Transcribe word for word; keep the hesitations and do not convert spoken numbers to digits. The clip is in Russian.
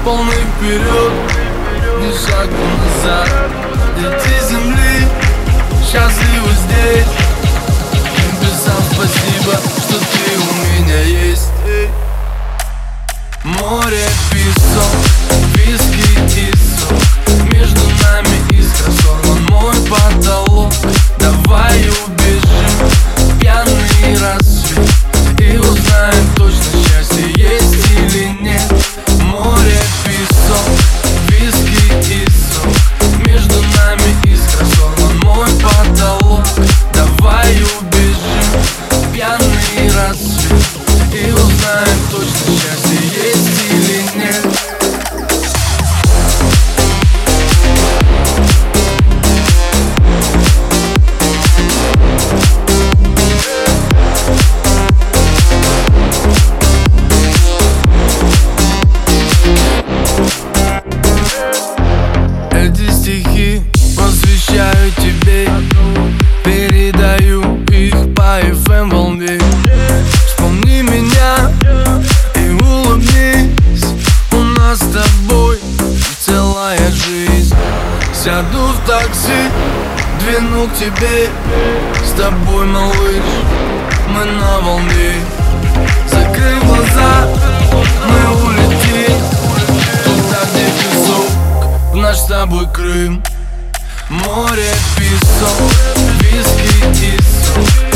полный вперед, ни шагу назад. Дети земли счастливы здесь. Небесам спасибо, что ты у меня есть. Море, песок, виски и сок. Между нами искра, сорван мой потолок. Давай убежим в пьяный рассвет и узнаем точно, счастье есть или нет. Море, песок, виски и сок. Между нами искра, сорван мой потолок. Давай убежим в пьяный рассвет и узнаем точно, счастье есть или нет. Эти стихи посвящаю тебе, передаю их по эф эм волне. Вспомни меня и улыбнись, у нас с тобой целая жизнь. Сяду в такси, двину к тебе, с тобой, малыш, мы на волне. Закрой глаза, мы улетим туда, где песок, в наш с тобой Крым. Море, песок, виски и сок.